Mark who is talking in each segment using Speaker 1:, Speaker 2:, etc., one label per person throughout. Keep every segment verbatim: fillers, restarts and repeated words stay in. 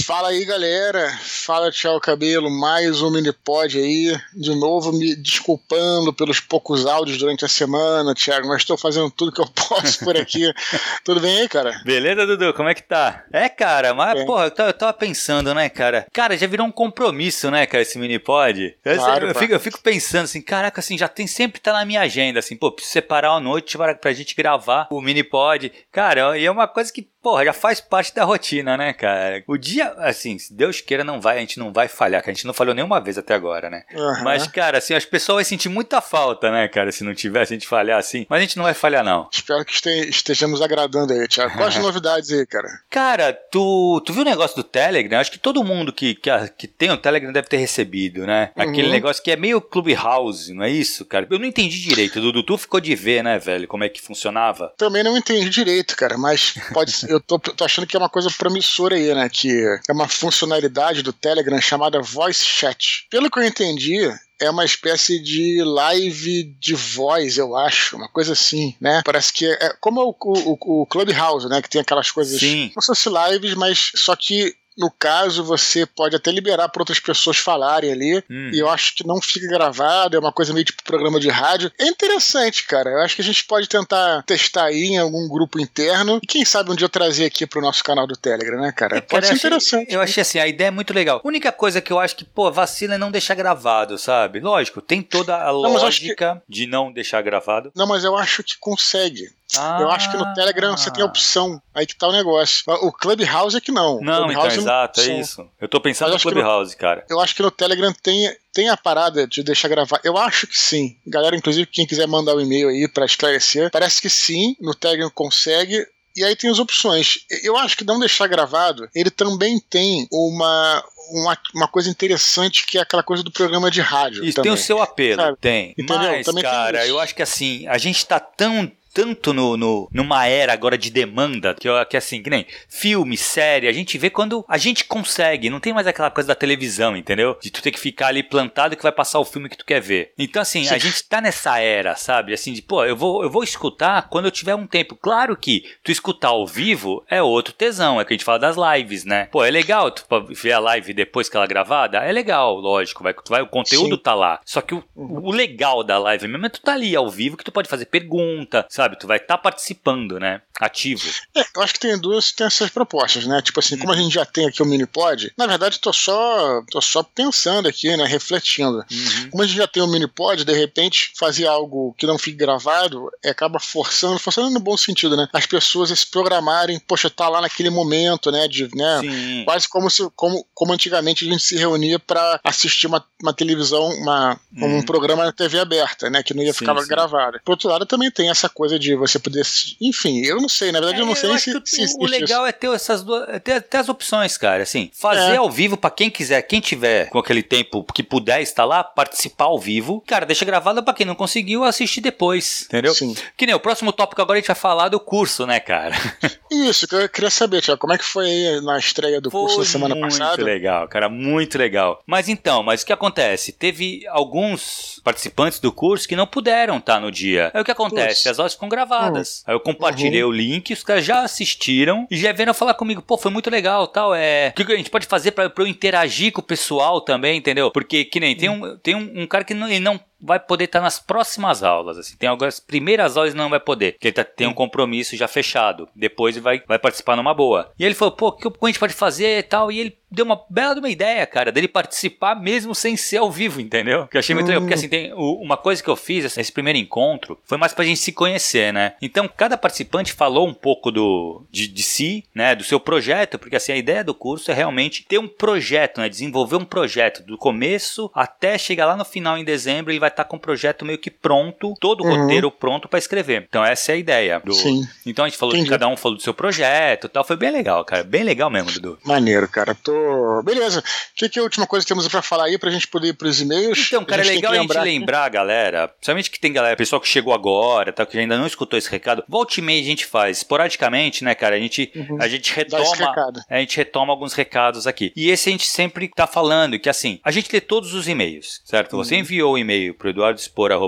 Speaker 1: Fala aí, galera. Fala, Tchau Cabelo. Mais um Minipod aí. De novo, me desculpando pelos poucos áudios durante a semana, Thiago, mas estou fazendo tudo que eu posso por aqui. Tudo bem aí, cara?
Speaker 2: Beleza, Dudu? Como é que tá? É, cara, mas,
Speaker 1: é.
Speaker 2: porra, eu tava, eu tava pensando, né, cara? Cara, já virou um compromisso, né, cara, esse Minipod? Eu,
Speaker 1: claro,
Speaker 2: eu, fico, eu fico pensando assim, caraca, assim, já tem, sempre tá na minha agenda, assim, pô, preciso separar uma noite pra, pra gente gravar o Minipod. Cara, e é uma coisa que, porra, já faz parte da rotina, né, cara? O dia, assim, se Deus queira, não vai, a gente não vai falhar, que a gente não falhou nenhuma vez até agora, né? Uhum. Mas, cara, assim, as pessoas vão sentir muita falta, né, cara, se não tivesse a gente falhar assim. Mas a gente não vai falhar, não.
Speaker 1: Espero que este, estejamos agradando aí, Thiago. Quais as novidades aí, cara?
Speaker 2: Cara, tu, tu viu o negócio do Telegram? Acho que todo mundo que, que, que tem o Telegram deve ter recebido, né? Uhum. Aquele negócio que é meio Clubhouse, não é isso, cara? Eu não entendi direito. Dudu, tu ficou de ver, né, velho, como é que funcionava?
Speaker 1: Também não entendi direito, cara, mas pode ser, eu tô, tô achando que é uma coisa promissora aí, né? Que é uma funcionalidade do Telegram chamada Voice Chat. Pelo que eu entendi, é uma espécie de live de voz, eu acho, uma coisa assim, né? Parece que é, é como o, o, o Clubhouse, né? Que tem aquelas coisas,
Speaker 2: Sim.
Speaker 1: Não são lives, mas só que no caso, você pode até liberar para outras pessoas falarem ali, hum. e eu acho que não fica gravado, é uma coisa meio tipo programa de rádio. É interessante, cara. Eu acho que a gente pode tentar testar aí em algum grupo interno, e quem sabe um dia eu trazer aqui pro nosso canal do Telegram, né, cara?
Speaker 2: É,
Speaker 1: pode
Speaker 2: cara,
Speaker 1: ser
Speaker 2: eu
Speaker 1: interessante.
Speaker 2: Achei, eu achei assim, a ideia é muito legal. A única coisa que eu acho que, pô, vacila é não deixar gravado, sabe? Lógico, tem toda a não, lógica que... de não deixar gravado.
Speaker 1: Não, mas eu acho que consegue.
Speaker 2: Ah.
Speaker 1: Eu acho que no Telegram você tem a opção. Aí que tá o negócio. O Clubhouse é que não.
Speaker 2: Não,
Speaker 1: Clubhouse
Speaker 2: então, exato, é isso. Eu tô pensando no Clubhouse,
Speaker 1: no,
Speaker 2: cara.
Speaker 1: Eu acho que no Telegram tem, tem a parada de deixar gravar. Eu acho que sim. Galera, inclusive, quem quiser mandar um e-mail aí pra esclarecer, parece que sim, no Telegram consegue. E aí tem as opções. Eu acho que não deixar gravado, ele também tem uma... Uma, uma coisa interessante que é aquela coisa do programa de rádio.
Speaker 2: Isso,
Speaker 1: também,
Speaker 2: tem o seu apelo,
Speaker 1: sabe?
Speaker 2: tem.
Speaker 1: Entendeu?
Speaker 2: Mas,
Speaker 1: também
Speaker 2: cara, eu acho que assim, a gente tá tão... tanto no, no, numa era agora de demanda, que, que assim, que nem filme, série, a gente vê quando a gente consegue, não tem mais aquela coisa da televisão, entendeu? De tu ter que ficar ali plantado que vai passar o filme que tu quer ver. Então assim, Sim. a gente tá nessa era, sabe? Assim, de, pô, eu vou, eu vou escutar quando eu tiver um tempo. Claro que tu escutar ao vivo é outro tesão, é que a gente fala das lives, né? Pô, é legal tu ver a live depois que ela é gravada? É legal, lógico, vai, tu vai, o conteúdo Sim. tá lá. Só que o, o legal da live mesmo é tu tá ali ao vivo, que tu pode fazer pergunta, sabe? Tu vai estar tá participando, né? Ativo.
Speaker 1: É, eu acho que tem duas, tem essas propostas, né? Tipo assim, hum. como a gente já tem aqui o Minipod, na verdade tô só, tô só pensando aqui, né? Refletindo. Uhum. Como a gente já tem o Minipod, de repente fazer algo que não fique gravado é, acaba forçando, forçando no bom sentido, né? As pessoas a se programarem, poxa, tá lá naquele momento, né? De, né?
Speaker 2: Sim.
Speaker 1: Quase como, se, como, como antigamente a gente se reunia pra assistir uma, uma televisão, uma, hum. um programa na T V aberta, né? Que não ia ficar gravado. Por outro lado, também tem essa coisa de você poder... Enfim, eu não sei, na verdade é, eu não sei
Speaker 2: eu
Speaker 1: nem
Speaker 2: se,
Speaker 1: se, se
Speaker 2: o legal
Speaker 1: isso.
Speaker 2: é ter essas duas, é ter, ter as opções, cara, assim, fazer é. ao vivo pra quem quiser, quem tiver com aquele tempo que puder estar lá, participar ao vivo, cara, deixa gravado pra quem não conseguiu assistir depois, entendeu?
Speaker 1: Sim.
Speaker 2: Que nem o próximo tópico agora a gente vai falar do curso, né, cara?
Speaker 1: Isso, que eu queria saber, Tiago, como é que foi aí na estreia do
Speaker 2: foi
Speaker 1: curso da semana passada?
Speaker 2: Muito legal, cara, muito legal. Mas então, mas o que acontece? Teve alguns participantes do curso que não puderam estar no dia. Aí o que acontece? Puxa. As aulas ficam gravadas. Uhum. Aí eu compartilhei uhum. o link, os caras já assistiram e já vieram falar comigo, pô, foi muito legal, tal, é... O que a gente pode fazer pra, pra eu interagir com o pessoal também, entendeu? Porque, que nem, tem um, tem um, um cara que não, ele não vai poder estar nas próximas aulas, assim, tem algumas primeiras aulas não vai poder, porque ele tá, tem um compromisso já fechado, depois ele vai, vai participar numa boa. E ele falou, pô, o que a gente pode fazer e tal, e ele deu uma bela de uma ideia, cara, dele participar mesmo sem ser ao vivo, entendeu? Que eu achei muito hum. legal, porque assim, tem o, uma coisa que eu fiz, assim, esse primeiro encontro, foi mais pra gente se conhecer, né? Então, cada participante falou um pouco do, de, de si, né, do seu projeto, porque assim, a ideia do curso é realmente ter um projeto, né, desenvolver um projeto do começo até chegar lá no final em dezembro, ele vai estar com o projeto meio que pronto, todo o uhum. roteiro pronto pra escrever. Então essa é a ideia. Do...
Speaker 1: Sim.
Speaker 2: Então a gente falou, cada um falou do seu projeto e tal, foi bem legal, cara, bem legal mesmo, Dudu.
Speaker 1: Maneiro, cara, tô... Beleza, o que, que é a última coisa que temos pra falar aí pra gente poder ir pros e-mails?
Speaker 2: Então, cara, é legal a gente lembrar, galera, principalmente que tem galera, pessoal que chegou agora, tá, que ainda não escutou esse recado, volta e meia a gente faz, esporadicamente, né, cara, a gente, uhum. a gente retoma, a gente retoma alguns recados aqui. E esse a gente sempre tá falando, que assim, a gente lê todos os e-mails, certo? Uhum. Você enviou o e-mail pro eduardo spor arroba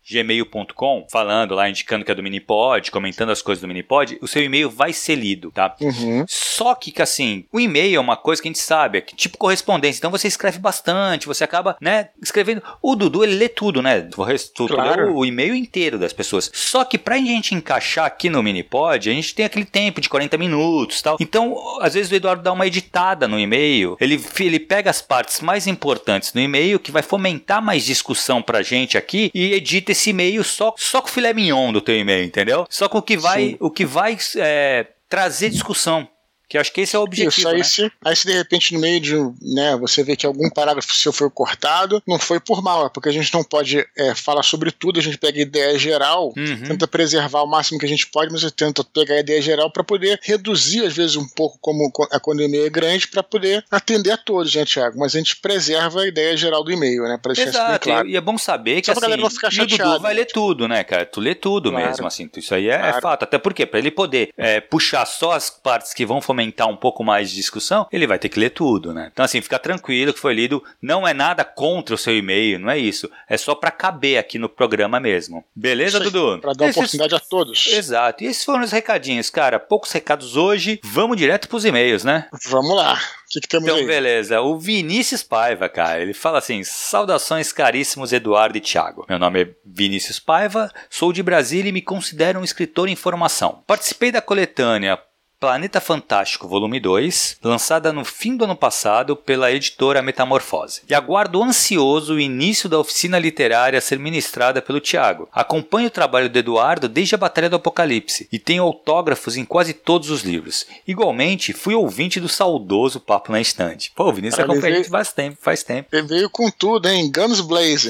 Speaker 2: gmail ponto com, falando lá, indicando que é do Minipod, comentando as coisas do Minipod, o seu e-mail vai ser lido, tá?
Speaker 1: Uhum.
Speaker 2: Só que, assim, o e-mail é uma coisa que a gente sabe, é que, tipo correspondência, então você escreve bastante, você acaba, né, escrevendo. O Dudu, ele lê tudo, né? Tu,
Speaker 1: claro.
Speaker 2: lê o, o e-mail inteiro das pessoas. Só que pra gente encaixar aqui no Minipod, a gente tem aquele tempo de quarenta minutos e tal. Então, às vezes o Eduardo dá uma editada no e-mail, ele, ele pega as partes mais importantes no e-mail, que vai fomentar mais discussão pra gente aqui, e edita esse e-mail só, só com o filé mignon do teu e-mail, entendeu? Só com o que vai, o que vai é, trazer discussão. Que eu acho que esse é o objetivo,
Speaker 1: Isso, aí,
Speaker 2: né?
Speaker 1: se, aí se de repente no meio de, né, você vê que algum parágrafo seu foi cortado, não foi por mal, é porque a gente não pode é, falar sobre tudo, a gente pega a ideia geral, uhum. tenta preservar o máximo que a gente pode, mas você tenta pegar a ideia geral para poder reduzir, às vezes, um pouco como quando o e-mail é grande, para poder atender a todos, né, Thiago? Mas a gente preserva a ideia geral do e-mail, né? Pra deixar
Speaker 2: Exato,
Speaker 1: isso bem claro.
Speaker 2: E é bom saber que,
Speaker 1: só
Speaker 2: assim,
Speaker 1: pra galera não ficar chateada,
Speaker 2: o Dudu vai
Speaker 1: né?
Speaker 2: ler tudo, né, cara? Tu lê tudo
Speaker 1: claro.
Speaker 2: mesmo, assim, isso aí é,
Speaker 1: claro.
Speaker 2: é fato. Até porque, para ele poder é, puxar só as partes que vão fomentar um pouco mais de discussão, ele vai ter que ler tudo, né? Então, assim, fica tranquilo que foi lido, não é nada contra o seu e-mail, não é isso. É só pra caber aqui no programa mesmo. Beleza,
Speaker 1: isso aí,
Speaker 2: Dudu?
Speaker 1: Pra dar
Speaker 2: esses...
Speaker 1: oportunidade a todos.
Speaker 2: Exato. E esses foram os recadinhos, cara. Poucos recados hoje. Vamos direto pros e-mails, né?
Speaker 1: Vamos lá. O que, que temos
Speaker 2: então,
Speaker 1: aí?
Speaker 2: Então, beleza. O Vinícius Paiva, cara, ele fala assim: saudações caríssimos Eduardo e Thiago. Meu nome é Vinícius Paiva, sou de Brasília e me considero um escritor em formação. Participei da coletânea Planeta Fantástico Volume dois, lançada no fim do ano passado pela editora Metamorfose. E aguardo ansioso o início da oficina literária a ser ministrada pelo Thiago. Acompanho o trabalho do Eduardo desde a Batalha do Apocalipse e tenho autógrafos em quase todos os livros. Igualmente, fui ouvinte do saudoso Papo na Estante. Pô, o Vinícius acompanha a gente faz tempo, faz tempo.
Speaker 1: Ele veio com tudo, hein? Guns Blazing.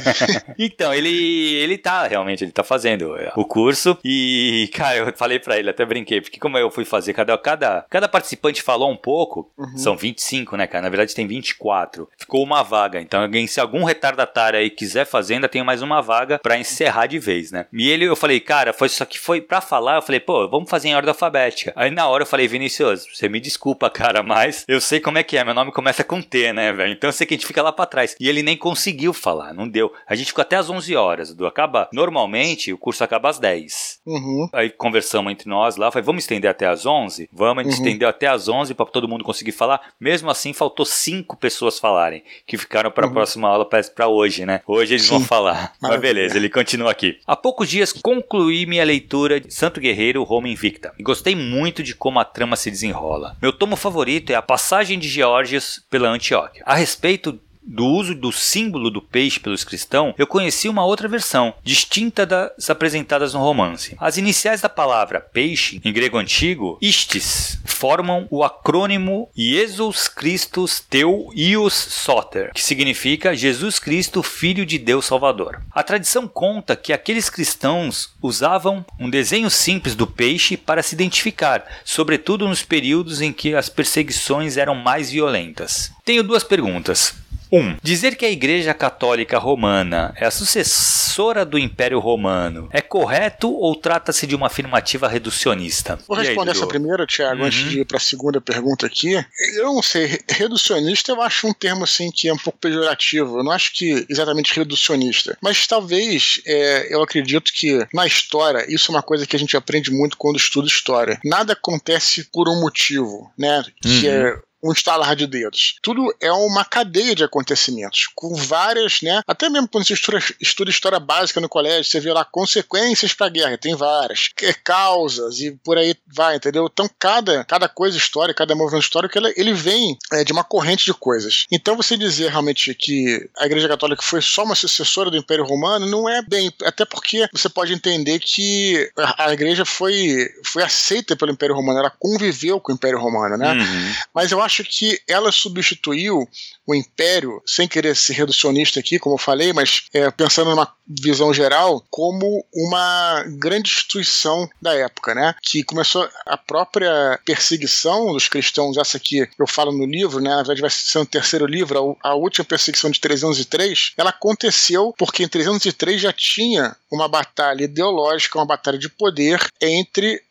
Speaker 2: Então, ele, ele tá, realmente, ele tá fazendo o curso e, cara, eu falei pra ele, até brinquei, porque como eu fui fazer fazer, cada, cada, cada participante falou um pouco, uhum. São vinte e cinco, né, cara? Na verdade tem vinte e quatro. Ficou uma vaga, então alguém, se algum retardatário aí quiser fazer, ainda tem mais uma vaga pra encerrar de vez, né? E ele, eu falei, cara, foi só que foi pra falar, eu falei, pô, vamos fazer em ordem alfabética. Aí na hora eu falei, Vinícius, você me desculpa, cara, mas eu sei como é que é, meu nome começa com T, né, velho? Então eu sei que a gente fica lá pra trás. E ele nem conseguiu falar, não deu. A gente ficou até às onze horas, do acaba, normalmente o curso acaba às dez.
Speaker 1: Uhum.
Speaker 2: Aí conversamos entre nós lá, falei, vamos estender até às onze? Vamos, a gente uhum. estendeu até às onze para todo mundo conseguir falar. Mesmo assim, faltou cinco pessoas falarem, que ficaram para a uhum. próxima aula para hoje, né? Hoje eles Sim. vão falar. Maravilha. Mas beleza, ele continua aqui. Há poucos dias concluí minha leitura de Santo Guerreiro, Roma Invicta. E gostei muito de como a trama se desenrola. Meu tomo favorito é a Passagem de Geórgios pela Antioquia. A respeito do uso do símbolo do peixe pelos cristãos, eu conheci uma outra versão, distinta das apresentadas no romance. As iniciais da palavra peixe, em grego antigo, istis, formam o acrônimo Jesus Christus Teu Ios Soter, que significa Jesus Cristo, Filho de Deus Salvador. A tradição conta que aqueles cristãos usavam um desenho simples do peixe para se identificar, sobretudo nos períodos em que as perseguições eram mais violentas. Tenho duas perguntas. um. Dizer que a Igreja Católica Romana é a sucessora do Império Romano é correto ou trata-se de uma afirmativa reducionista?
Speaker 1: Vou responder aí, essa primeira, Thiago, uhum. antes de ir para a segunda pergunta aqui. Eu não sei, reducionista eu acho um termo assim que é um pouco pejorativo. Eu não acho que exatamente reducionista. Mas talvez, é, eu acredito que na história, isso é uma coisa que a gente aprende muito quando estuda história. Nada acontece por um motivo, né? Que uhum. é um estalar de dedos. Tudo é uma cadeia de acontecimentos, com várias, né? Até mesmo quando você estuda, estuda história básica no colégio, você vê lá consequências para a guerra, tem várias, causas e por aí vai, entendeu? Então cada, cada coisa histórica, cada movimento histórico, ele, ele vem é, de uma corrente de coisas. Então você dizer realmente que a Igreja Católica foi só uma sucessora do Império Romano, não é bem, até porque você pode entender que a, a Igreja foi, foi aceita pelo Império Romano, ela conviveu com o Império Romano, né? Uhum. Mas eu acho que ela substituiu o Império, sem querer ser reducionista aqui, como eu falei, mas é, pensando numa visão geral, como uma grande instituição da época, né? Que começou a própria perseguição dos cristãos, essa que eu falo no livro, né? Na verdade vai ser no terceiro livro, a, a última perseguição de trezentos e três, ela aconteceu porque em trezentos e três já tinha uma batalha ideológica, uma batalha de poder entre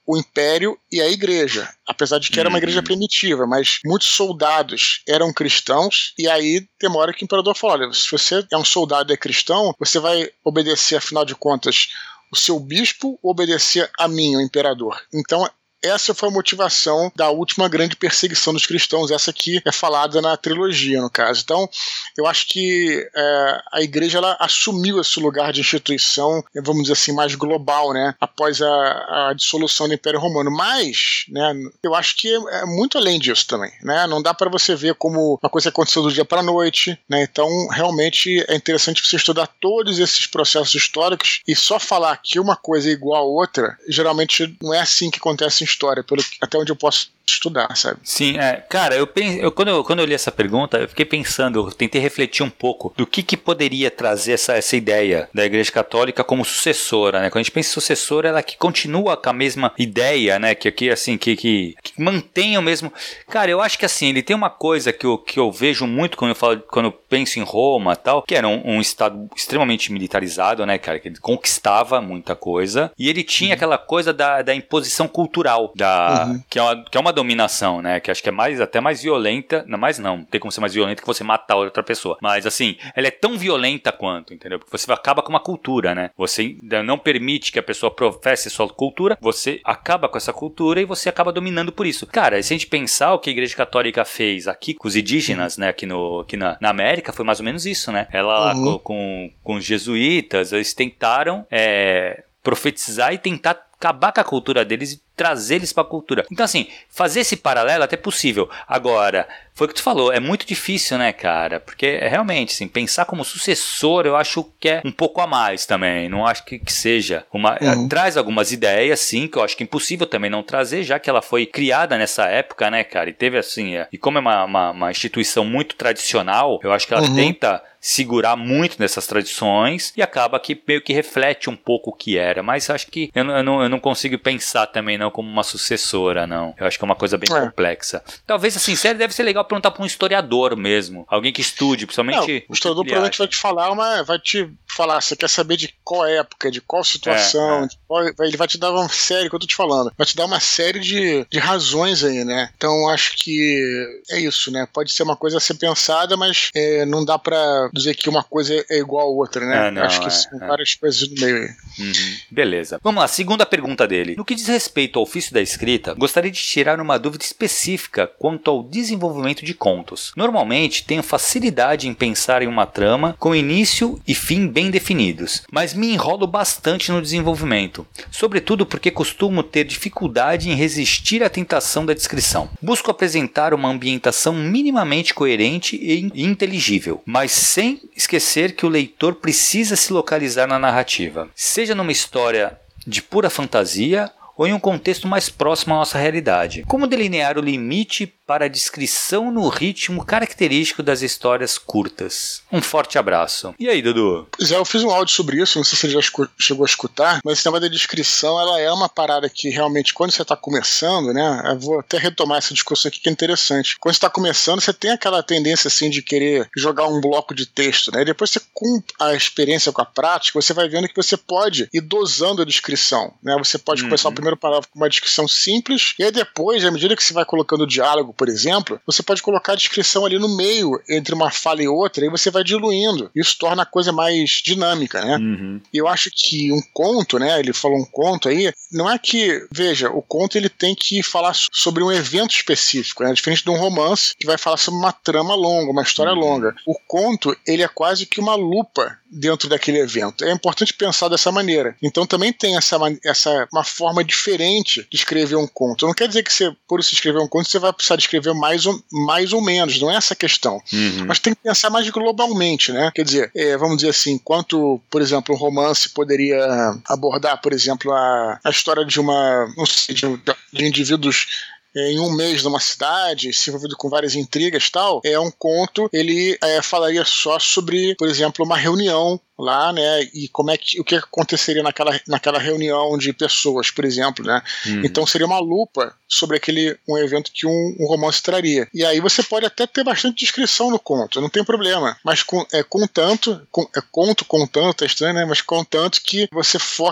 Speaker 1: o império e a igreja, apesar de que era uma igreja primitiva, mas muitos soldados eram cristãos, e aí tem uma hora que o imperador fala, olha, se você é um soldado e é cristão, você vai obedecer, afinal de contas, o seu bispo ou obedecer a mim, o imperador. Então, essa foi a motivação da última grande perseguição dos cristãos, essa aqui é falada na trilogia, no caso. Então, eu acho que é, a igreja ela assumiu esse lugar de instituição, vamos dizer assim, mais global, né, após a, a dissolução do Império Romano. Mas, né, eu acho que é, é muito além disso também, né, não dá para você ver como uma coisa que aconteceu do dia para a noite, né, então realmente é interessante você estudar todos esses processos históricos e só falar que uma coisa é igual a outra, geralmente não é assim que acontece em história, pelo, até onde eu posso estudar, sabe?
Speaker 2: Sim, é, cara, eu, pense, eu, quando eu quando eu li essa pergunta, eu fiquei pensando, eu tentei refletir um pouco do que, que poderia trazer essa, essa ideia da Igreja Católica como sucessora, né? Quando a gente pensa em sucessora, ela que continua com a mesma ideia, né? Que aqui, assim, que, que, que mantém o mesmo... Cara, eu acho que assim, ele tem uma coisa que eu, que eu vejo muito quando eu, falo, quando eu penso em Roma e tal, que era um, um estado extremamente militarizado, né, cara? Que ele conquistava muita coisa, e ele tinha uhum. aquela coisa da, da imposição cultural, da, uhum. que, é uma, que é uma dominação, né, que acho que é mais, até mais violenta, não, mais não, tem como ser mais violenta que você matar outra pessoa, mas assim, ela é tão violenta quanto, entendeu, porque você acaba com uma cultura, né, você não permite que a pessoa professe sua cultura, você acaba com essa cultura e você acaba dominando por isso. Cara, se a gente pensar o que a Igreja Católica fez aqui com os indígenas, né, aqui, no, aqui na, na América, foi mais ou menos isso, né, ela uhum. com, com, com os jesuítas, eles tentaram é, profetizar e tentar acabar com a cultura deles e trazer eles para a cultura. Então, assim, fazer esse paralelo é até possível. Agora, foi o que tu falou, é muito difícil, né, cara? Porque, é, realmente, assim, pensar como sucessor, eu acho que é um pouco a mais também. Não acho que, que seja uma... Uhum. Traz algumas ideias, sim, que eu acho que é impossível também não trazer, já que ela foi criada nessa época, né, cara? E teve, assim... É, e como é uma, uma, uma instituição muito tradicional, eu acho que ela uhum. tenta segurar muito nessas tradições e acaba que meio que reflete um pouco o que era. Mas acho que eu, eu, não, eu não consigo pensar também, não, como uma sucessora, não. Eu acho que é uma coisa bem é. complexa. Talvez, assim, sério, deve ser legal perguntar para um historiador mesmo. Alguém que estude, principalmente... Não,
Speaker 1: o historiador
Speaker 2: que
Speaker 1: provavelmente vai te falar, uma, vai te falar, você quer saber de qual época, de qual situação, é, é. De qual, ele vai te dar uma série, que eu tô te falando, vai te dar uma série de, de razões aí, né? Então, acho que é isso, né? Pode ser uma coisa a ser pensada, mas é, não dá pra dizer que uma coisa é igual a outra, né? É, não, acho que é, são é. várias coisas no meio aí.
Speaker 2: Uhum. Beleza. Vamos lá, segunda pergunta dele. No que diz respeito ao ofício da escrita, gostaria de tirar uma dúvida específica quanto ao desenvolvimento de contos. Normalmente, tenho facilidade em pensar em uma trama com início e fim bem definidos, mas me enrolo bastante no desenvolvimento, sobretudo porque costumo ter dificuldade em resistir à tentação da descrição. Busco apresentar uma ambientação minimamente coerente e inteligível, mas sem esquecer que o leitor precisa se localizar na narrativa, seja numa história de pura fantasia ou em um contexto mais próximo à nossa realidade. Como delinear o limite para a descrição no ritmo característico das histórias curtas? Um forte abraço. E aí, Dudu?
Speaker 1: Pois é, eu fiz um áudio sobre isso, não sei se você já chegou a escutar, mas esse negócio da descrição, ela é uma parada que realmente, quando você está começando, né, eu vou até retomar essa discussão aqui que é interessante. Quando você está começando, você tem aquela tendência, assim, de querer jogar um bloco de texto, né, e depois você, com a experiência, com a prática, você vai vendo que você pode ir dosando a descrição, né, você pode uhum. começar o primeiro parágrafo com uma descrição simples, e aí depois, à medida que você vai colocando o diálogo, por exemplo, você pode colocar a descrição ali no meio, entre uma fala e outra, e você vai diluindo. Isso torna a coisa mais dinâmica, né?
Speaker 2: Uhum.
Speaker 1: E eu acho que um conto, né, ele falou um conto aí, não é que, veja, o conto ele tem que falar sobre um evento específico, né? Diferente de um romance, que vai falar sobre uma trama longa, uma história uhum. longa. O conto, ele é quase que uma lupa dentro daquele evento. É importante pensar dessa maneira. Então também tem essa, essa uma forma diferente de escrever um conto. Não quer dizer que você, por você escrever um conto, você vai precisar de escrever mais ou, mais ou menos, não é essa a questão. Uhum. Mas tem que pensar mais globalmente, né? Quer dizer, é, vamos dizer assim, enquanto, por exemplo, um romance poderia abordar, por exemplo, a, a história de uma, não sei, de, de indivíduos em um mês numa cidade, se envolvido com várias intrigas e tal, é um conto, ele é, falaria só sobre, por exemplo, uma reunião lá, né, e como é que, o que aconteceria naquela, naquela reunião de pessoas, por exemplo, né, uhum. Então seria uma lupa sobre aquele, um evento que um, um romance traria, e aí você pode até ter bastante descrição no conto, não tem problema, mas com, é, com tanto, com, é conto com tanto, é estranho, né, mas com tanto que você foque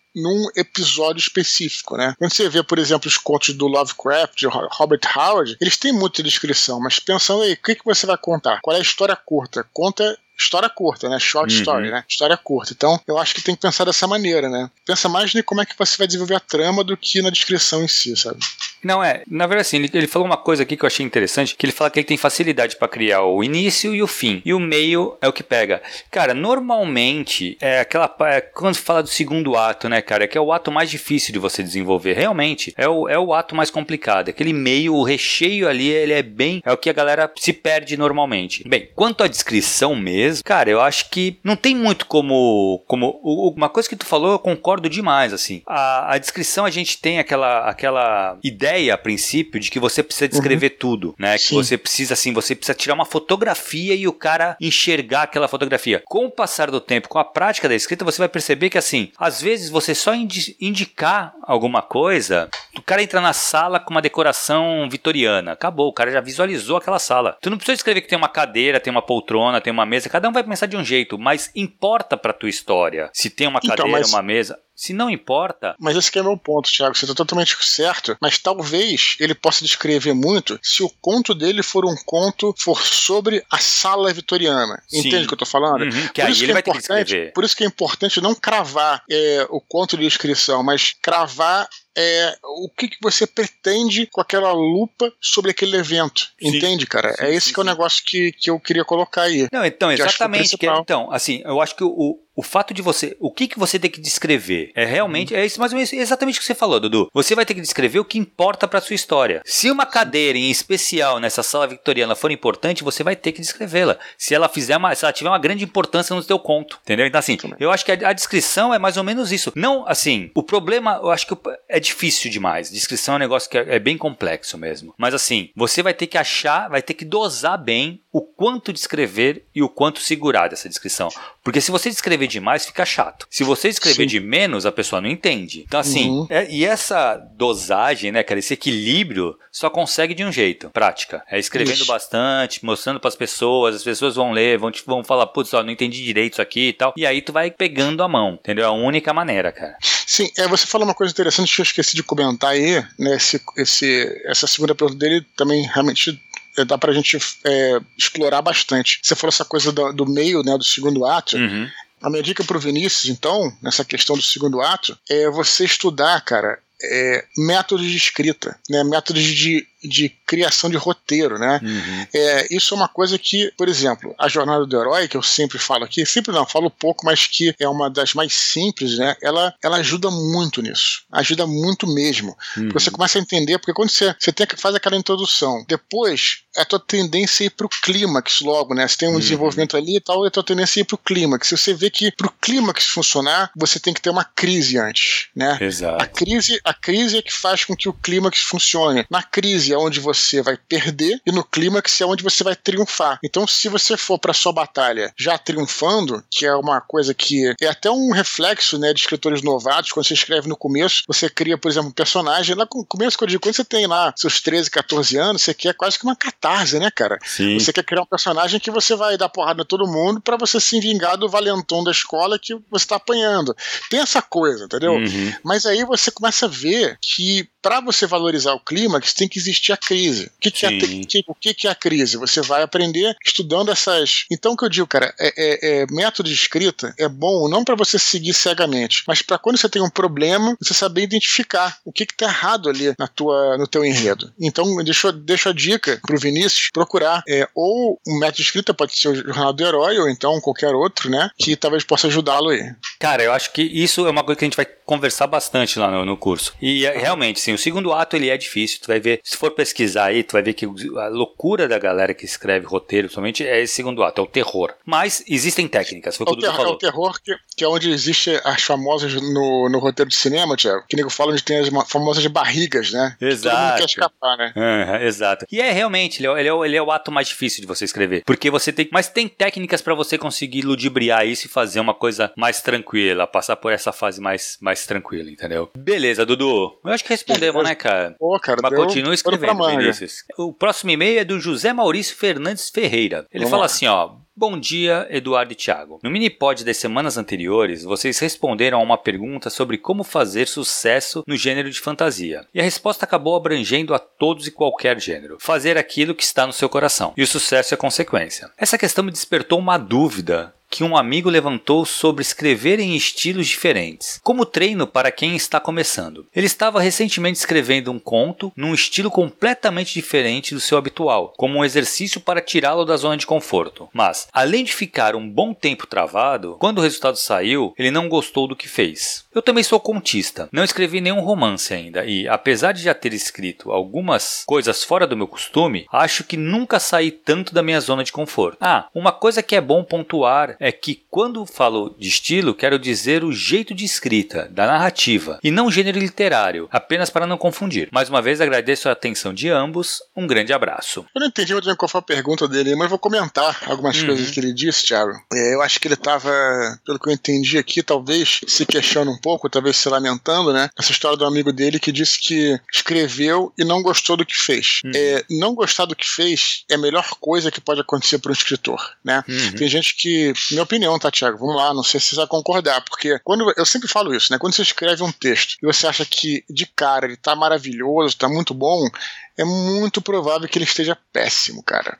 Speaker 1: num episódio específico, né? Quando você vê, por exemplo, os contos do Lovecraft, de Robert Howard, eles têm muita descrição, mas pensando aí, o que, que você vai contar? Qual é a história curta? Conta história curta, né? Short
Speaker 2: Uhum.
Speaker 1: story, né? História curta. Então, eu acho que tem que pensar dessa maneira, né? Pensa mais em como é que você vai desenvolver a trama do que na descrição em si, sabe?
Speaker 2: Não, é. Na verdade, assim, ele, ele falou uma coisa aqui que eu achei interessante, que ele fala que ele tem facilidade pra criar o início e o fim. E o meio é o que pega. Cara, normalmente, é aquela... É, quando se fala do segundo ato, né, cara? É que é o ato mais difícil de você desenvolver. Realmente, é o, é o ato mais complicado. Aquele meio, o recheio ali, ele é bem... É o que a galera se perde normalmente. Bem, quanto à descrição mesmo, cara, eu acho que não tem muito como... como uma coisa que tu falou, eu concordo demais, assim. A, a descrição, a gente tem aquela, aquela ideia a princípio de que você precisa descrever uhum. tudo, né? Sim. Que você precisa, assim, você precisa tirar uma fotografia e o cara enxergar aquela fotografia. Com o passar do tempo, com a prática da escrita, você vai perceber que, assim, às vezes você só indi- indicar alguma coisa, o cara entra na sala com uma decoração vitoriana, acabou, o cara já visualizou aquela sala. Tu não precisa escrever que tem uma cadeira, tem uma poltrona, tem uma mesa, cada um vai pensar de um jeito, mas importa pra tua história se tem uma então, cadeira, mas... uma mesa... Se não importa...
Speaker 1: Mas esse que é o meu ponto, Thiago. Você está totalmente certo. Mas talvez ele possa descrever muito se o conto dele for um conto for sobre a sala vitoriana. Sim. Entende o que eu estou falando?
Speaker 2: Uhum, que aí ele que é vai ter que escrever.
Speaker 1: Por isso que é importante não cravar é, o conto de descrição, mas cravar... É, o que, que você pretende com aquela lupa sobre aquele evento. Sim. Entende, cara? Sim, é esse sim, que é o negócio que, que eu queria colocar aí.
Speaker 2: Não, então, exatamente. Que é, então, assim, eu acho que o, o fato de você... O que, que você tem que descrever é realmente... Hum. É isso, mais ou menos exatamente o que você falou, Dudu. Você vai ter que descrever o que importa pra sua história. Se uma cadeira em especial nessa sala vitoriana for importante, você vai ter que descrevê-la. Se ela fizer uma, se ela tiver uma grande importância no seu conto. Entendeu? Então, assim, eu acho que a, a descrição é mais ou menos isso. Não, assim, o problema, eu acho que é difícil demais. Descrição é um negócio que é, é bem complexo mesmo. Mas assim, você vai ter que achar, vai ter que dosar bem o quanto descrever e o quanto segurar dessa descrição. Porque se você descrever demais, fica chato. Se você escrever Sim. de menos, a pessoa não entende. Então assim, uhum. é, e essa dosagem, né, cara, esse equilíbrio só consegue de um jeito, prática. É escrevendo Isso. bastante, mostrando pras pessoas, as pessoas vão ler, vão, te, vão falar, putz, ó, não entendi direito isso aqui e tal. E aí tu vai pegando a mão, entendeu? É a única maneira, cara.
Speaker 1: Sim, é, você falou uma coisa interessante que eu esqueci de comentar aí, né, esse, esse, essa segunda pergunta dele também realmente dá pra gente é, explorar bastante. Você falou essa coisa do, do meio, né, do segundo ato.
Speaker 2: Uhum.
Speaker 1: A minha dica pro Vinícius, então, nessa questão do segundo ato, é você estudar, cara, é, métodos de escrita, né, métodos de, de criação de roteiro, né?
Speaker 2: Uhum.
Speaker 1: É, isso é uma coisa que, por exemplo, a Jornada do Herói, que eu sempre falo aqui, sempre não, falo pouco, mas que é uma das mais simples, né? Ela, ela ajuda muito nisso, ajuda muito mesmo. Uhum. Você começa a entender, porque quando você, você tem, faz aquela introdução, depois a tua tendência é ir pro clímax logo, né? Você tem um uhum. desenvolvimento ali e tal, e a tua tendência é ir pro clímax. Se você vê que pro clímax funcionar, você tem que ter uma crise antes, né?
Speaker 2: Exato.
Speaker 1: A crise, a crise é que faz com que o clímax funcione. Na crise é onde você vai perder e no clímax é onde você vai triunfar. Então, se você for pra sua batalha já triunfando, que é uma coisa que é até um reflexo, né, de escritores novatos, quando você escreve no começo, você cria, por exemplo, um personagem, lá no começo, quando eu digo, quando você tem lá seus treze, catorze anos, você quer quase que uma catarse, né, cara?
Speaker 2: Sim.
Speaker 1: Você quer criar um personagem que você vai dar porrada em todo mundo pra você se vingar do valentão da escola que você tá apanhando. Tem essa coisa, entendeu?
Speaker 2: Uhum.
Speaker 1: Mas aí você começa a ver que para você valorizar o clímax tem que existir a crise. O que, que, é, que, o que, que é a crise? Você vai aprender estudando essas... Então o que eu digo, cara, é, é, é método de escrita é bom não para você seguir cegamente, mas para quando você tem um problema, você saber identificar o que está errado ali na tua, no teu enredo. Então deixa, deixa a dica pro Vinícius procurar é, ou um método de escrita, pode ser o Jornal do Herói, ou então qualquer outro, né, que talvez possa ajudá-lo aí.
Speaker 2: Cara, eu acho que isso é uma coisa que a gente vai conversar bastante lá no, no curso. E realmente, sim, o segundo ato ele é difícil. Tu vai ver, se for pesquisar aí, tu vai ver que a loucura da galera que escreve roteiro, somente é esse segundo ato, é o terror. Mas existem técnicas, foi o que o Dudu falou.
Speaker 1: É o terror que, que é onde existe as famosas no, no roteiro de cinema, Thiago, que nego fala onde tem as famosas barrigas, né?
Speaker 2: Exato.
Speaker 1: Todo mundo quer escapar, né?
Speaker 2: Uhum, exato. E é realmente, ele é, ele, é, ele é o ato mais difícil de você escrever. Porque você tem. Mas tem técnicas pra você conseguir ludibriar isso e fazer uma coisa mais tranquila, passar por essa fase mais, mais tranquila, entendeu? Beleza, Dudu. Eu acho que respondemos, né, cara?
Speaker 1: Pô, cara,
Speaker 2: mas
Speaker 1: deu,
Speaker 2: continua escrevendo, Vinícius. O próximo e-mail é do José Maurício Fernandes Ferreira. Ele Vamos fala lá. assim, ó. Bom dia, Eduardo e Thiago. No Minipod das semanas anteriores, vocês responderam a uma pergunta sobre como fazer sucesso no gênero de fantasia. E a resposta acabou abrangendo a todos e qualquer gênero. Fazer aquilo que está no seu coração. E o sucesso é consequência. Essa questão me despertou uma dúvida que um amigo levantou sobre escrever em estilos diferentes, como treino para quem está começando. Ele estava recentemente escrevendo um conto num estilo completamente diferente do seu habitual, como um exercício para tirá-lo da zona de conforto. Mas, além de ficar um bom tempo travado, quando o resultado saiu, ele não gostou do que fez. Eu também sou contista, não escrevi nenhum romance ainda e, apesar de já ter escrito algumas coisas fora do meu costume, acho que nunca saí tanto da minha zona de conforto. Ah, uma coisa que é bom pontuar é que quando falo de estilo, quero dizer o jeito de escrita, da narrativa, e não gênero literário, apenas para não confundir. Mais uma vez agradeço a atenção de ambos, um grande abraço.
Speaker 1: Eu não entendi muito bem qual foi a pergunta dele, mas vou comentar algumas uhum. coisas que ele disse, Thiago. É, eu acho que ele estava, pelo que eu entendi aqui, talvez se questionando um pouco, talvez se lamentando, né? Essa história do amigo dele que disse que escreveu e não gostou do que fez. Uhum. É, não gostar do que fez é a melhor coisa que pode acontecer para um escritor, né? Uhum. Tem gente que... Minha opinião, tá, Thiago? Vamos lá, não sei se você vai concordar, porque quando eu sempre falo isso, né? Quando você escreve um texto e você acha que de cara ele tá maravilhoso, tá muito bom, é muito provável que ele esteja péssimo, cara.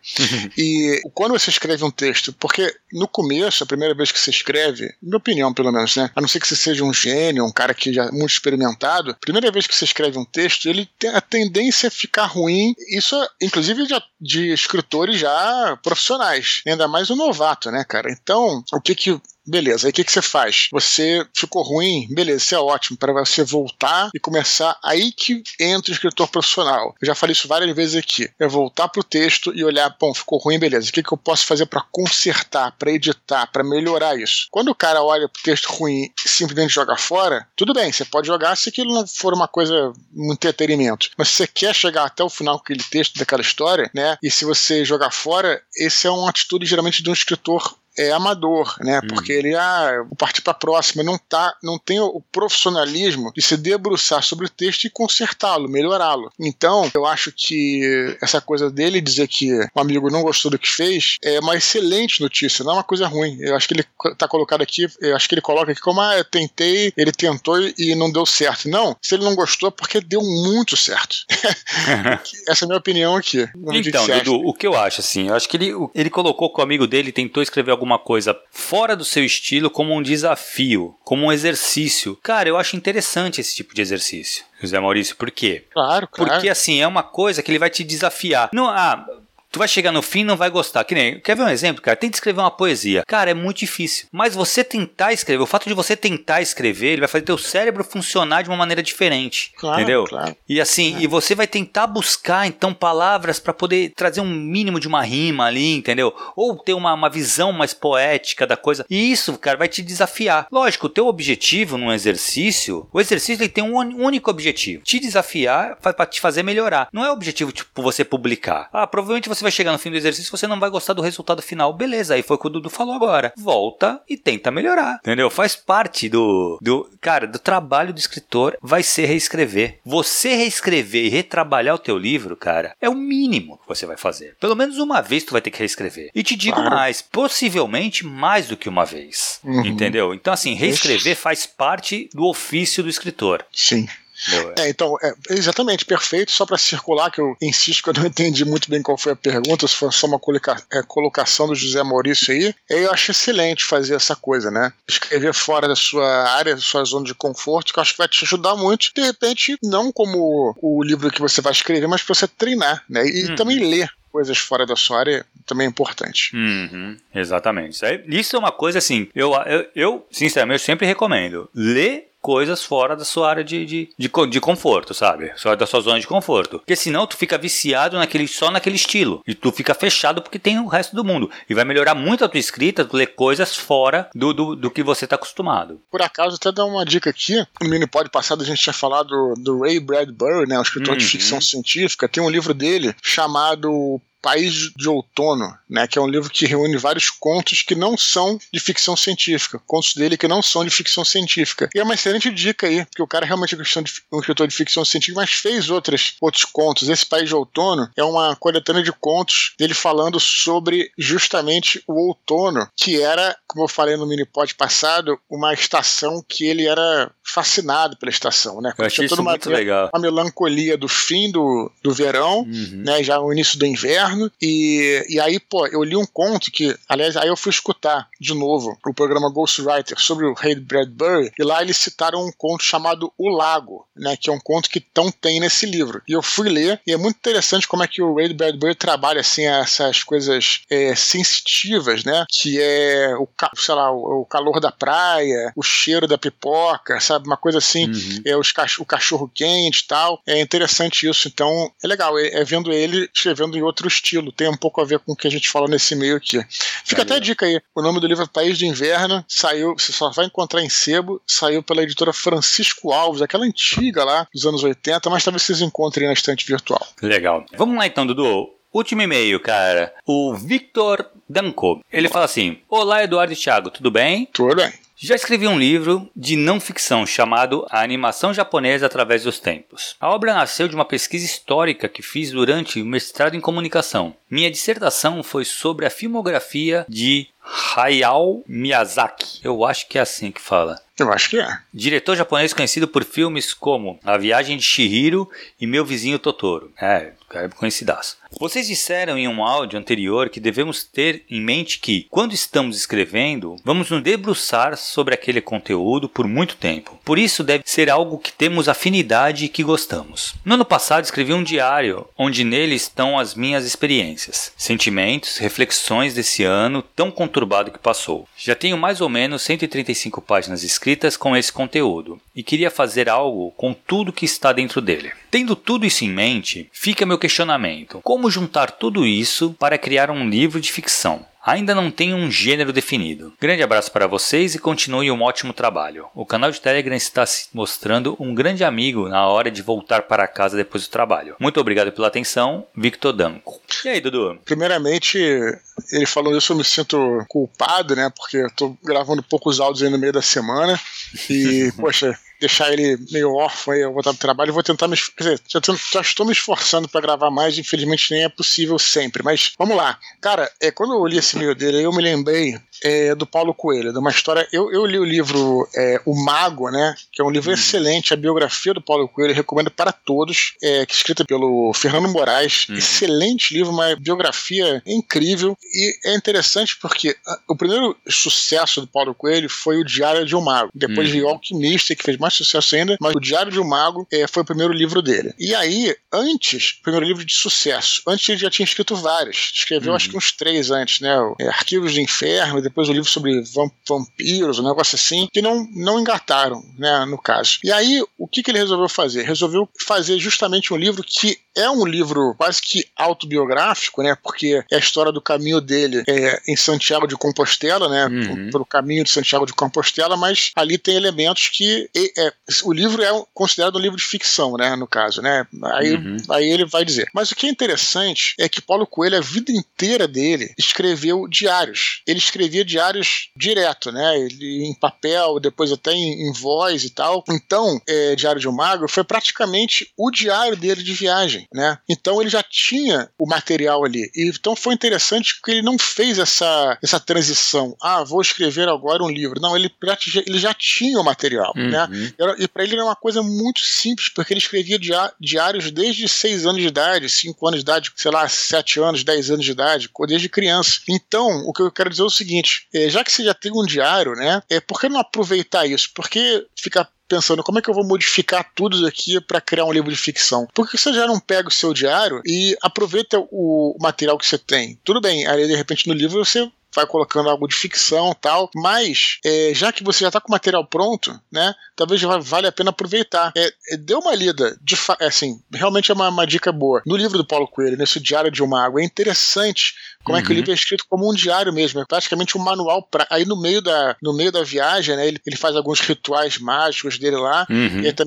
Speaker 1: E quando você escreve um texto, porque no começo, a primeira vez que você escreve, minha opinião pelo menos, né? A não ser que você seja um gênio, um cara que já é muito experimentado, a primeira vez que você escreve um texto, ele tem a tendência a ficar ruim, isso inclusive de, de escritores já profissionais, ainda mais o novato, né, cara? Então, o que que... Beleza, aí o que, que você faz? Você ficou ruim? Beleza, isso é ótimo, para você voltar e começar, aí que entra o escritor profissional. Eu já falei isso várias vezes aqui. É voltar pro texto e olhar, bom, ficou ruim, beleza, o que, que eu posso fazer para consertar, para editar, para melhorar isso? Quando o cara olha pro texto ruim e simplesmente joga fora, tudo bem, você pode jogar se aquilo não for uma coisa, um entretenimento. Mas se você quer chegar até o final com aquele texto daquela história, né, e se você jogar fora, esse é uma atitude geralmente de um escritor é amador, né? Porque hum. ele, ah, vou partir para a próxima, não, tá, não tem o profissionalismo de se debruçar sobre o texto e consertá-lo, melhorá-lo. Então, eu acho que essa coisa dele dizer que um amigo não gostou do que fez é uma excelente notícia, não é uma coisa ruim. Eu acho que ele tá colocado aqui, eu acho que ele coloca aqui como, ah, eu tentei, ele tentou e não deu certo. Não, se ele não gostou é porque deu muito certo. Essa é a minha opinião aqui.
Speaker 2: Então, Dudu, o que eu acho, assim, eu acho que ele, ele colocou que o amigo dele tentou escrever alguma coisa fora do seu estilo como um desafio, como um exercício. Cara, eu acho interessante esse tipo de exercício, José Maurício. Por quê?
Speaker 1: Claro, claro.
Speaker 2: Porque, assim, é uma coisa que ele vai te desafiar. Não, ah... Tu vai chegar no fim e não vai gostar. Que nem, quer ver um exemplo, cara? Tenta escrever uma poesia. Cara, é muito difícil. Mas você tentar escrever, o fato de você tentar escrever, ele vai fazer teu cérebro funcionar de uma maneira diferente. Claro, entendeu? Claro. E assim, é. e você vai tentar buscar, então, palavras para poder trazer um mínimo de uma rima ali, entendeu? Ou ter uma, uma visão mais poética da coisa. E isso, cara, vai te desafiar. Lógico, o teu objetivo num exercício, o exercício ele tem um único objetivo. Te desafiar para te fazer melhorar. Não é o objetivo, tipo, você publicar. Ah, provavelmente você Você vai chegar no fim do exercício, você não vai gostar do resultado final. Beleza, aí foi o que o Dudu falou agora. Volta e tenta melhorar, entendeu? Faz parte do, do... Cara, do trabalho do escritor vai ser reescrever. Você reescrever e retrabalhar o teu livro, cara, é o mínimo que você vai fazer. Pelo menos uma vez tu vai ter que reescrever. E te digo claro. mais, possivelmente mais do que uma vez. Uhum. Entendeu? Então, assim, reescrever faz parte do ofício do escritor.
Speaker 1: Sim. É, então, é, exatamente, perfeito, só para circular, que eu insisto que eu não entendi muito bem qual foi a pergunta, se foi só uma coloca, é, colocação do José Maurício aí, eu acho excelente fazer essa coisa, né? Escrever fora da sua área, da sua zona de conforto, que eu acho que vai te ajudar muito, de repente, não como o livro que você vai escrever, mas para você treinar, né? E hum. também ler coisas fora da sua área também é importante.
Speaker 2: Uhum, exatamente. Isso, aí, isso é uma coisa assim, eu, eu, eu sinceramente, eu sempre recomendo, ler coisas fora da sua área de, de, de, de conforto, sabe? Só da sua zona de conforto. Porque senão tu fica viciado naquele, só naquele estilo. E tu fica fechado porque tem o resto do mundo. E vai melhorar muito a tua escrita, tu ler coisas fora do, do, do que você tá acostumado.
Speaker 1: Por acaso, até dar uma dica aqui. No Minipod passado a gente tinha falado do Ray Bradbury, né? O escritor uhum. de ficção científica. Tem um livro dele chamado País de Outono, né, que é um livro que reúne vários contos que não são de ficção científica, contos dele que não são de ficção científica. E é uma excelente dica aí, porque o cara realmente é um escritor de ficção científica, mas fez outras, outros contos. Esse País de Outono é uma coletânea de contos dele falando sobre justamente o outono, que era, como eu falei no minipod passado, uma estação que ele era fascinado pela estação, né?
Speaker 2: Eu achei isso muito
Speaker 1: uma,
Speaker 2: legal.
Speaker 1: Uma melancolia do fim do, do verão, uhum. né? Já o início do inverno, e, e aí, pô, eu li um conto que, aliás, aí eu fui escutar de novo o programa Ghostwriter sobre o Ray Bradbury, e lá eles citaram um conto chamado O Lago, né? Que é um conto que tão tem nesse livro. E eu fui ler, e é muito interessante como é que o Ray Bradbury trabalha, assim, essas coisas é, sensitivas, né? Que é o, sei lá, o, o calor da praia, o cheiro da pipoca, sabe? Uma coisa assim, uhum. é, os cach- o cachorro quente e tal. É interessante isso. Então, é legal. É, é vendo ele escrevendo em outro estilo. Tem um pouco a ver com o que a gente falou nesse meio aqui. Fica é até a dica aí. O nome do livro é País de Inverno. Saiu, você só vai encontrar em sebo. Saiu pela editora Francisco Alves, aquela antiga lá, dos anos oitenta, mas talvez vocês encontrem na estante virtual.
Speaker 2: Legal. Vamos lá então, Dudu. Último e-mail, cara. O Victor Danko. Ele fala assim: olá, Eduardo e Thiago, tudo bem?
Speaker 1: Tudo bem.
Speaker 2: Já escrevi um livro de não ficção chamado A Animação Japonesa Através dos Tempos. A obra nasceu de uma pesquisa histórica que fiz durante o mestrado em comunicação. Minha dissertação foi sobre a filmografia de Hayao Miyazaki. Eu acho que é assim que fala.
Speaker 1: Eu acho que é.
Speaker 2: Diretor japonês conhecido por filmes como A Viagem de Chihiro e Meu Vizinho Totoro. É, cara, conhecidaço. Vocês disseram em um áudio anterior que devemos ter em mente que, quando estamos escrevendo, vamos nos debruçar sobre aquele conteúdo por muito tempo. Por isso deve ser algo que temos afinidade e que gostamos. No ano passado escrevi um diário, onde nele estão as minhas experiências, sentimentos, reflexões desse ano tão conturbado que passou. Já tenho mais ou menos cento e trinta e cinco páginas escritas com esse conteúdo, e queria fazer algo com tudo que está dentro dele. Tendo tudo isso em mente, fica meu questionamento: como juntar tudo isso para criar um livro de ficção? Ainda não tenho um gênero definido. Grande abraço para vocês e continue um ótimo trabalho. O canal de Telegram está se mostrando um grande amigo na hora de voltar para casa depois do trabalho. Muito obrigado pela atenção, Victor Danko. E aí, Dudu?
Speaker 1: Primeiramente, ele falou isso, eu me sinto culpado, né? Porque eu tô gravando poucos áudios aí no meio da semana e, poxa, deixar ele meio órfão aí, eu voltar pro trabalho, eu vou tentar me... Quer dizer, já, tento, já estou me esforçando para gravar mais, infelizmente nem é possível sempre, mas vamos lá. Cara, é, quando eu li esse e-mail dele, eu me lembrei é, do Paulo Coelho, de uma história... Eu, eu li o livro é, O Mago, né, que é um livro uhum. excelente, a biografia do Paulo Coelho, eu recomendo para todos, é, que é escrita pelo Fernando Moraes, uhum. excelente livro, uma biografia incrível, e é interessante porque a, o primeiro sucesso do Paulo Coelho foi o Diário de um Mago, depois uhum. veio O Alquimista, que fez mais sucesso ainda, mas o Diário de um Mago é, foi o primeiro livro dele. E aí, antes, o primeiro livro de sucesso, antes ele já tinha escrito vários, escreveu uhum. acho que uns três antes, né, é, Arquivos do Inferno, depois o livro sobre vampiros, um negócio assim, que não, não engataram, né, no caso. E aí, o que, que ele resolveu fazer? Resolveu fazer justamente um livro que é um livro quase que autobiográfico, né, porque é a história do caminho dele é, em Santiago de Compostela, né, uhum. pelo caminho de Santiago de Compostela, mas ali tem elementos que é, é, o livro é considerado um livro de ficção, né, no caso, né, aí, uhum. aí ele vai dizer. Mas o que é interessante é que Paulo Coelho, a vida inteira dele, escreveu diários. Ele escrevia diários direto, né, ele, em papel, depois até em, em voz e tal. Então, é, Diário de um Mago foi praticamente o diário dele de viagem, né, então ele já tinha o material ali, e, então foi interessante porque ele não fez essa, essa transição, ah, vou escrever agora um livro, não, ele, ele já tinha o material, uhum. né, e para ele era uma coisa muito simples, porque ele escrevia diários desde seis anos de idade, cinco anos de idade, sei lá, sete anos, dez anos de idade, desde criança. Então, o que eu quero dizer é o seguinte, é, já que você já tem um diário, né, é, por que não aproveitar isso? Por que ficar pensando como é que eu vou modificar tudo aqui para criar um livro de ficção? Porque você já não pega o seu diário e aproveita o material que você tem. Tudo bem, aí de repente no livro você vai colocando algo de ficção e tal, mas é, já que você já está com o material pronto, né, talvez vale a pena aproveitar. É, é, dê uma lida, de fa- é, assim, realmente é uma, uma dica boa. No livro do Paulo Coelho, nesse Diário de um Mago, é interessante como uhum. é que o livro é escrito como um diário mesmo, é praticamente um manual. Pra, aí no meio da, no meio da viagem, né, ele, ele faz alguns rituais mágicos dele lá, uhum. e aí também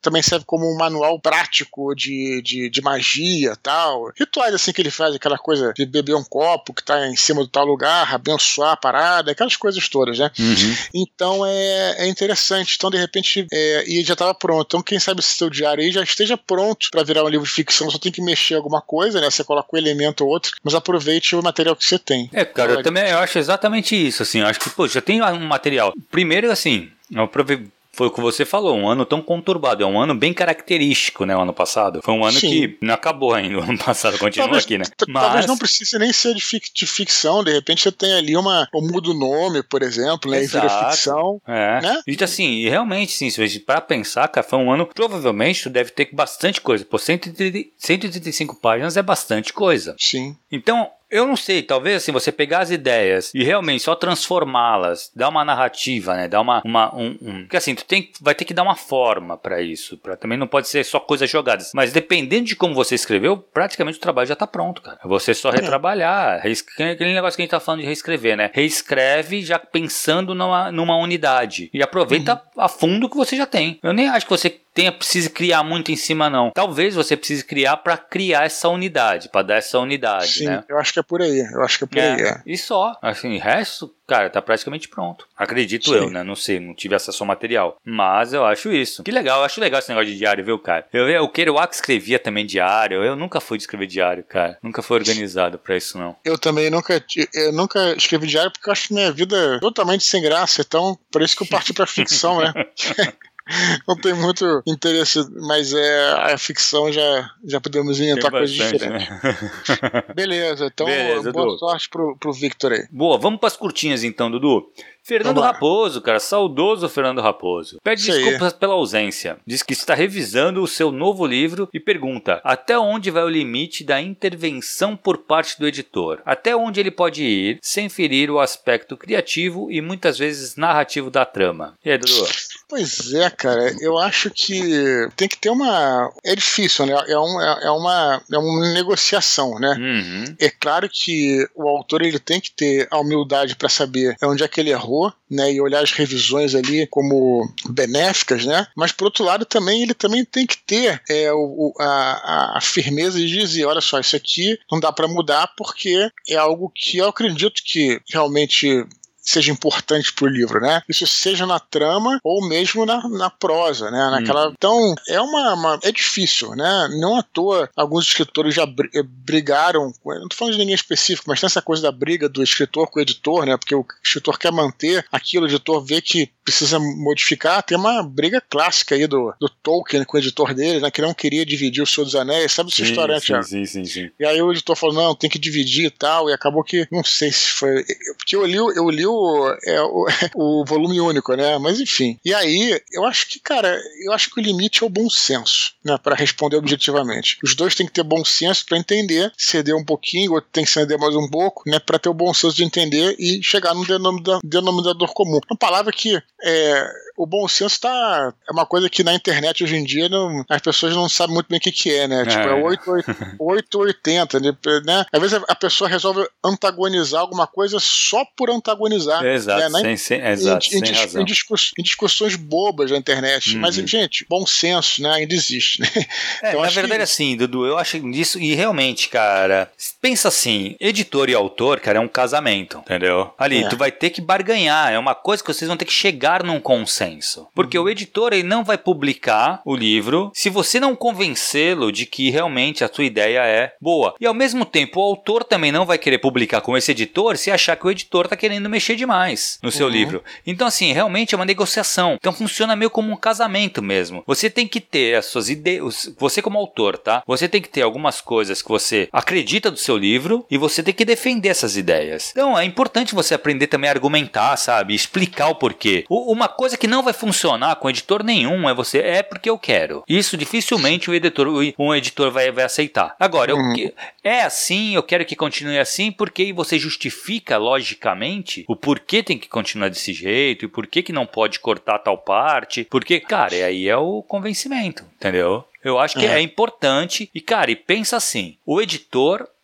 Speaker 1: também serve como um manual prático de, de, de magia e tal. Rituais assim que ele faz, aquela coisa de beber um copo que tá em cima do tal lugar, abençoar a parada, aquelas coisas todas, né?
Speaker 2: Uhum.
Speaker 1: Então é, é interessante. Então, de repente, é, e já estava pronto. Então, quem sabe se seu diário aí já esteja pronto para virar um livro de ficção, só tem que mexer alguma coisa, né? Você coloca um elemento ou outro, mas aproveite o material que você tem.
Speaker 2: É, cara, eu também eu acho exatamente isso, assim. Eu acho que, pô, já tem um material. Primeiro, assim, eu prove... Foi o que você falou, um ano tão conturbado. É um ano bem característico, né? O ano passado. Foi um ano Sim. que não acabou ainda. O ano passado continua
Speaker 1: talvez,
Speaker 2: aqui, né?
Speaker 1: Mas... Talvez não precise nem ser de, fic, de ficção. De repente você tem ali uma... Ou muda o nome, por exemplo, né?
Speaker 2: Exato.
Speaker 1: E vira ficção.
Speaker 2: É.
Speaker 1: Né?
Speaker 2: E assim, realmente, sim. Pra pensar, cara, foi um ano... Provavelmente deve ter bastante coisa. Pô, cento e trinta e cinco páginas é bastante coisa.
Speaker 1: Sim.
Speaker 2: Então... Eu não sei, talvez assim, você pegar as ideias e realmente só transformá-las, dar uma narrativa, né? Dar uma... uma um, um... Porque assim, tu tem, vai ter que dar uma forma pra isso. Pra, também não pode ser só coisas jogadas. Mas dependendo de como você escreveu, praticamente o trabalho já tá pronto, cara. Você só retrabalhar. Reescreve, aquele negócio que a gente tá falando de reescrever, né? Reescreve já pensando numa, numa unidade. E aproveita uhum. a fundo o que você já tem. Eu nem acho que você... tenha precise criar muito em cima, não. Talvez você precise criar para criar essa unidade, para dar essa unidade,
Speaker 1: Sim,
Speaker 2: né?
Speaker 1: eu acho que é por aí, eu acho que é por é, aí, é.
Speaker 2: E só, assim, o resto, cara, tá praticamente pronto. Acredito Sim. eu, né? Não sei, não tive acesso ao material. Mas eu acho isso. Que legal, eu acho legal esse negócio de diário, viu, cara? Eu, eu, o Kerouac escrevia também diário, eu nunca fui de escrever diário, cara. Nunca fui organizado pra isso, não.
Speaker 1: Eu também nunca, eu nunca escrevi diário porque eu acho que minha vida é totalmente sem graça, então por isso que eu parti pra ficção, né? Não tem muito interesse, mas é a ficção já, já podemos inventar coisas diferentes. Né? Beleza, então Beleza, boa Dudu. sorte pro, pro Victor aí.
Speaker 2: Boa, vamos pras curtinhas então, Dudu. Fernando Raposo, cara, saudoso Fernando Raposo. Pede Isso desculpas aí. pela ausência. Diz que está revisando o seu novo livro e pergunta: até onde vai o limite da intervenção por parte do editor? Até onde ele pode ir sem ferir o aspecto criativo e muitas vezes narrativo da trama? E aí, Dudu?
Speaker 1: Pois é, cara, eu acho que tem que ter uma... É difícil, né? É uma, é uma, é uma negociação, né?
Speaker 2: Uhum.
Speaker 1: É claro que o autor ele tem que ter a humildade para saber onde é que ele errou, né? E olhar as revisões ali como benéficas, né? Mas, por outro lado, também ele também tem que ter é, o, a, a firmeza de dizer, olha só, isso aqui não dá para mudar porque é algo que eu acredito que realmente... seja importante pro livro, né? Isso seja na trama ou mesmo na, na prosa, né? Naquela... Hum. Então, é uma, uma... é difícil, né? Não à toa, alguns escritores já br- brigaram, não tô falando de ninguém específico, mas tem essa coisa da briga do escritor com o editor, né? Porque o escritor quer manter aquilo, o editor vê que precisa modificar. Tem uma briga clássica aí do, do Tolkien com o editor dele, né? Que não queria dividir o Senhor dos Anéis, sabe essa história, né, Thiago?
Speaker 2: Sim, sim, sim.
Speaker 1: E aí o editor falou, não, tem que dividir e tal, e acabou que, não sei se foi... Porque eu li, eu li o O, é, o, o volume único, né? Mas enfim. E aí, eu acho que, cara, eu acho que o limite é o bom senso, né? Para responder objetivamente. Os dois têm que ter bom senso para entender, ceder um pouquinho, o outro tem que ceder mais um pouco, né? Para ter o bom senso de entender e chegar num denominador, denominador comum. Uma palavra que é, o bom senso tá, é uma coisa que na internet hoje em dia não, as pessoas não sabem muito bem o que, que é, né? É. Tipo, é oito ou oitenta, né? Às vezes a pessoa resolve antagonizar alguma coisa só por antagonizar.
Speaker 2: É. Exato,
Speaker 1: né?
Speaker 2: sem, sem, exato,
Speaker 1: em, em,
Speaker 2: sem razão.
Speaker 1: Em, discuss, em discussões bobas na internet. Uhum. Mas, gente, bom senso, né? Ainda existe, né?
Speaker 2: É,
Speaker 1: então,
Speaker 2: na verdade, que... assim, Dudu, eu acho isso, e realmente, cara, pensa assim, editor e autor, cara, é um casamento, entendeu? Ali, é. tu vai ter que barganhar, é uma coisa que vocês vão ter que chegar num consenso. Porque uhum. o editor, ele não vai publicar o livro se você não convencê-lo de que realmente a tua ideia é boa. E, ao mesmo tempo, o autor também não vai querer publicar com esse editor se achar que o editor tá querendo mexer demais no seu uhum. livro. Então, assim, realmente é uma negociação. Então, funciona meio como um casamento mesmo. Você tem que ter as suas ideias, você como autor, tá? Você tem que ter algumas coisas que você acredita do seu livro e você tem que defender essas ideias. Então, é importante você aprender também a argumentar, sabe? Explicar o porquê. Uma coisa que não vai funcionar com editor nenhum é você, é porque eu quero. Isso dificilmente um editor, um editor vai, vai aceitar. Agora, uhum. eu, é assim, eu quero que continue assim, porque você justifica logicamente o porquê tem que continuar desse jeito e por que que não pode cortar tal parte, porque, cara, aí é o convencimento, entendeu? Eu acho que é, é importante e, cara, e pensa assim, o editor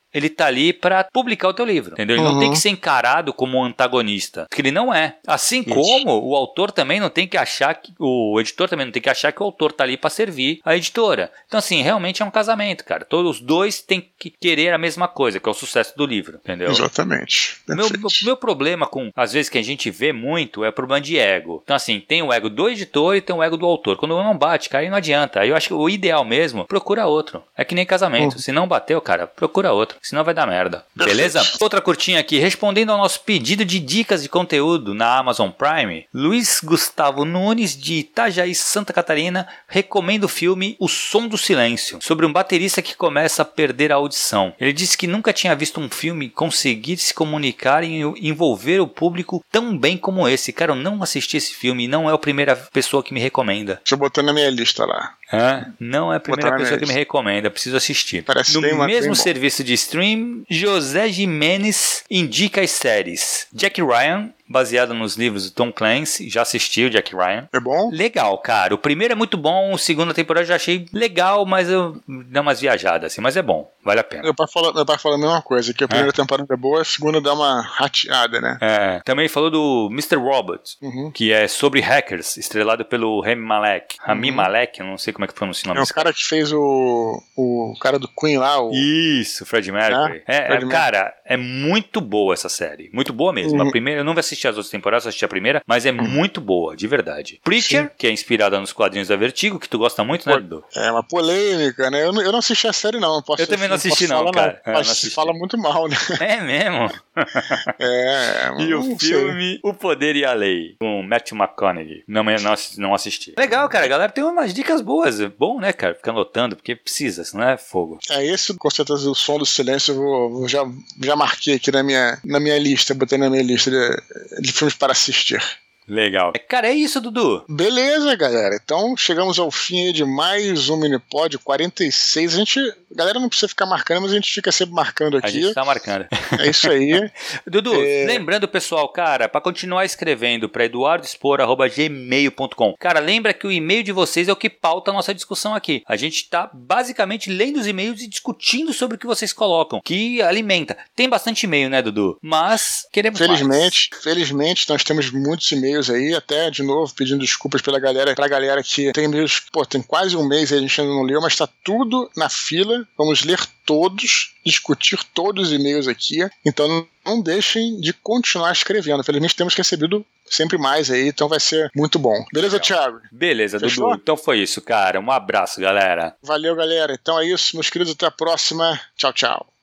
Speaker 2: ele tá ali pra publicar o teu livro, entendeu? Ele
Speaker 1: Uhum.
Speaker 2: não tem que ser encarado como um antagonista, porque ele não é. Assim
Speaker 1: Isso.
Speaker 2: como o autor também não tem que achar que, o editor também não tem que achar que o autor tá ali pra servir a editora. Então assim, realmente é um casamento, cara. Todos os dois têm que querer a mesma coisa, que é o sucesso do livro, entendeu?
Speaker 1: Exatamente.
Speaker 2: O meu, meu, meu problema com, às vezes, que a gente vê muito é o problema de ego. Então, assim, tem o ego do editor e tem o ego do autor. Quando não bate, cara, aí não adianta. Aí eu acho que o ideal mesmo, procura outro. É que nem casamento.
Speaker 1: Uhum.
Speaker 2: Se não bateu, cara, procura outro. Senão vai dar merda. Beleza? Outra curtinha aqui. Respondendo ao nosso pedido de dicas de conteúdo na Amazon Prime, Luiz Gustavo Nunes, de Itajaí, Santa Catarina, recomenda o filme O Som do Silêncio, sobre um baterista que começa a perder a audição. Ele disse que nunca tinha visto um filme conseguir se comunicar e envolver o público tão bem como esse. Cara, eu não assisti esse filme e não é a primeira pessoa que me recomenda.
Speaker 1: Deixa eu botar na minha lista lá.
Speaker 2: É, não é a primeira
Speaker 1: Botar
Speaker 2: pessoa que me recomenda, preciso assistir.
Speaker 1: Parece
Speaker 2: no
Speaker 1: bem,
Speaker 2: mesmo
Speaker 1: bem
Speaker 2: serviço de stream, José Jimenez indica as séries Jack Ryan, baseado nos livros do Tom Clancy. Já assisti o Jack Ryan.
Speaker 1: É bom?
Speaker 2: Legal, cara. O primeiro é muito bom, a segunda temporada eu já achei legal, mas eu dei umas viajadas assim, mas é bom, vale a pena.
Speaker 1: Meu pai fala, meu pai fala a mesma coisa, que a primeira é. temporada é boa, a segunda dá uma rateada, né?
Speaker 2: É, também falou do mister Robot,
Speaker 1: uhum.
Speaker 2: que é sobre hackers, estrelado pelo Rami Malek. Rami uhum. Malek, eu não sei como é que pronuncia o nome
Speaker 1: É o
Speaker 2: desse
Speaker 1: cara, cara que fez o o cara do Queen lá. O...
Speaker 2: Isso, Fred Mercury. É, é, Fred é cara, é muito boa essa série. Muito boa mesmo. Uhum. A primeira, eu não vou assistir as outras temporadas, assisti a primeira, mas é uhum. muito boa, de verdade. Preacher, Sim. que é inspirada nos quadrinhos da Vertigo, que tu gosta muito, Pô, né, Dudu?
Speaker 1: É uma polêmica, né? Eu não, eu não assisti a série, não. Posso,
Speaker 2: eu também não assisti, não,
Speaker 1: falar,
Speaker 2: cara.
Speaker 1: Não.
Speaker 2: É,
Speaker 1: mas não se fala muito mal, né?
Speaker 2: É mesmo?
Speaker 1: É,
Speaker 2: e o filme sei. O Poder e a Lei, com Matthew McConaughey. Não, não, não assisti. Legal, cara. A galera tem umas dicas boas. É bom, né, cara? Ficar anotando, porque precisa, senão é fogo.
Speaker 1: É, esse, com certeza, O Som do Silêncio, eu vou, vou já, já marquei aqui na minha, na minha lista, botei na minha lista de, de filmes para assistir.
Speaker 2: Legal. Cara, é isso, Dudu.
Speaker 1: Beleza, galera. Então, chegamos ao fim aí de mais um Minipod quarenta e seis. A gente, a galera não precisa ficar marcando, mas a gente fica sempre marcando aqui.
Speaker 2: A gente tá marcando.
Speaker 1: É isso aí.
Speaker 2: Dudu, é... lembrando, pessoal, cara, para continuar escrevendo para eduardo expor arroba gmail ponto com. Cara, lembra que o e-mail de vocês é o que pauta a nossa discussão aqui. A gente tá basicamente lendo os e-mails e discutindo sobre o que vocês colocam, que alimenta. Tem bastante e-mail, né, Dudu? Mas queremos
Speaker 1: felizmente,
Speaker 2: mais.
Speaker 1: Felizmente, nós temos muitos e-mails aí, até de novo pedindo desculpas pela galera, pra galera que tem e-mails, pô, tem quase um mês aí a gente ainda não leu, mas tá tudo na fila, vamos ler todos, discutir todos os e-mails aqui, então não deixem de continuar escrevendo, felizmente temos recebido sempre mais aí, então vai ser muito bom. Beleza, Legal. Thiago?
Speaker 2: Beleza, Fechou? Dudu, então foi isso, cara, um abraço, galera.
Speaker 1: Valeu, galera, então é isso, meus queridos, até a próxima, tchau, tchau.